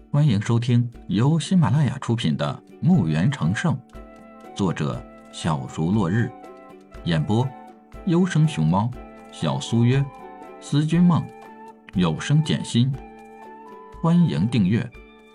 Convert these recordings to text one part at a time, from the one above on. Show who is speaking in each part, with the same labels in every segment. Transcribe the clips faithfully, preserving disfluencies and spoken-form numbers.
Speaker 1: 欢迎收听由喜马拉雅出品的《墓园成圣》，作者小竹落日，演播优生熊猫、小苏约、思君梦、有声简心。欢迎订阅。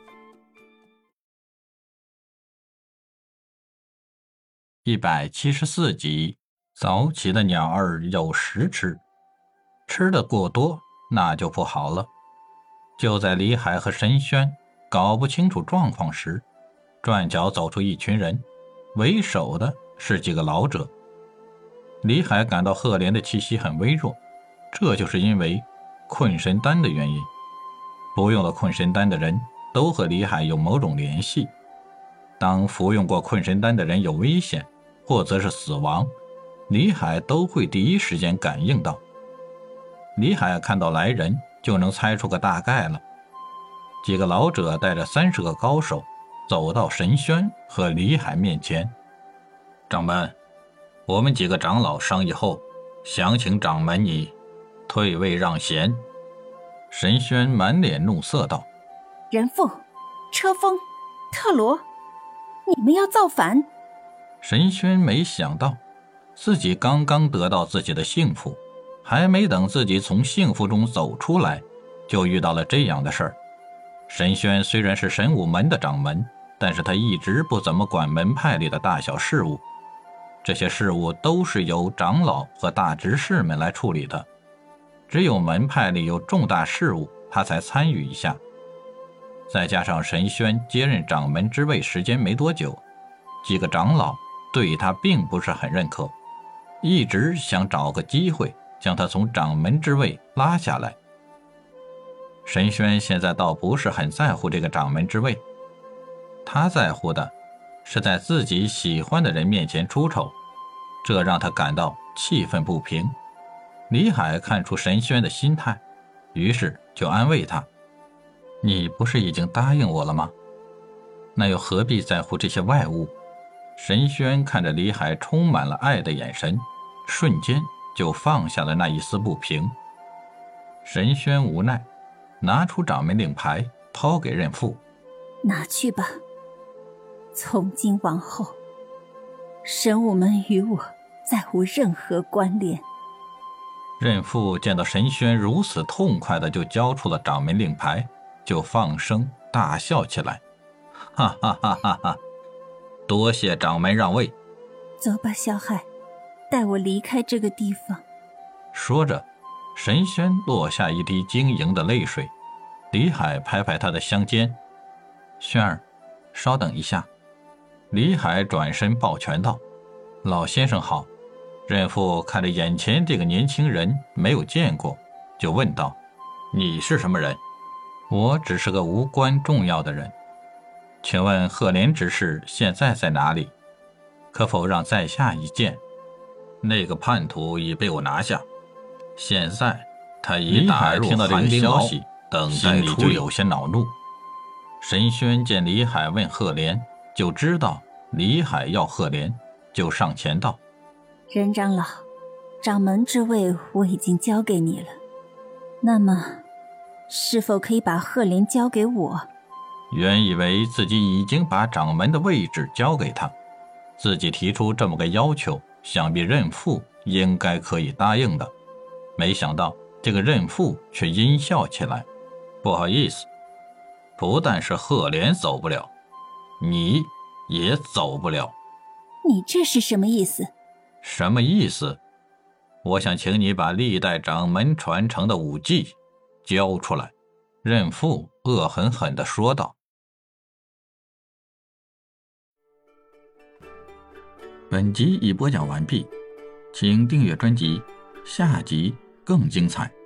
Speaker 1: 一百七十四集，早起的鸟儿有食吃，吃的过多那就不好了。就在李海和神轩搞不清楚状况时，转角走出一群人，为首的是几个老者。李海感到赫连的气息很微弱，这就是因为困神丹的原因。服用了困神丹的人都和李海有某种联系，当服用过困神丹的人有危险或者是死亡，李海都会第一时间感应到。李海看到来人就能猜出个大概了。几个老者带着三十个高手走到神轩和李海面前。掌门，我们几个长老商议后，想请掌门你退位让贤。神轩满脸怒色道：
Speaker 2: 人妇、车锋、特罗，你们要造反！
Speaker 1: 神轩没想到自己刚刚得到自己的幸福，还没等自己从幸福中走出来，就遇到了这样的事儿。神轩虽然是神武门的掌门，但是他一直不怎么管门派里的大小事务，这些事务都是由长老和大执事们来处理的，只有门派里有重大事务他才参与一下。再加上神轩接任掌门之位时间没多久，几个长老对他并不是很认可，一直想找个机会将他从掌门之位拉下来。神轩现在倒不是很在乎这个掌门之位，他在乎的是在自己喜欢的人面前出丑，这让他感到气愤不平。李海看出神轩的心态，于是就安慰他：你不是已经答应我了吗？那又何必在乎这些外物？神轩看着李海充满了爱的眼神，瞬间就放下了那一丝不平。神轩无奈拿出掌门令牌抛给任父：
Speaker 2: 拿去吧，从今往后神武门与我再无任何关联。
Speaker 1: 任父见到神轩如此痛快的就交出了掌门令牌，就放声大笑起来，哈哈哈哈哈！多谢掌门让位。
Speaker 2: 走吧，小海，带我离开这个地方。
Speaker 1: 说着，神轩落下一滴晶莹的泪水。李海拍拍他的香肩：轩儿，稍等一下。李海转身抱拳道：老先生好。任父看着眼前这个年轻人没有见过，就问道：你是什么人？我只是个无关重要的人。请问赫连执事现在在哪里？可否让在下一见？那个叛徒已被我拿下，现在他已打入寒冰牢，心里就有些恼怒。神轩见李海问赫连，就知道李海要赫连，就上前道：
Speaker 2: 任长老，掌门之位我已经交给你了，那么是否可以把赫连交给我？
Speaker 1: 原以为自己已经把掌门的位置交给他，自己提出这么个要求，想必任父应该可以答应的。没想到这个任父却阴笑起来：不好意思，不但是赫连走不了，你也走不了。
Speaker 2: 你这是什么意思？
Speaker 1: 什么意思？我想请你把历代掌门传承的武技交出来。任父恶狠狠地说道。本集已播讲完毕，请订阅专辑，下集更精彩。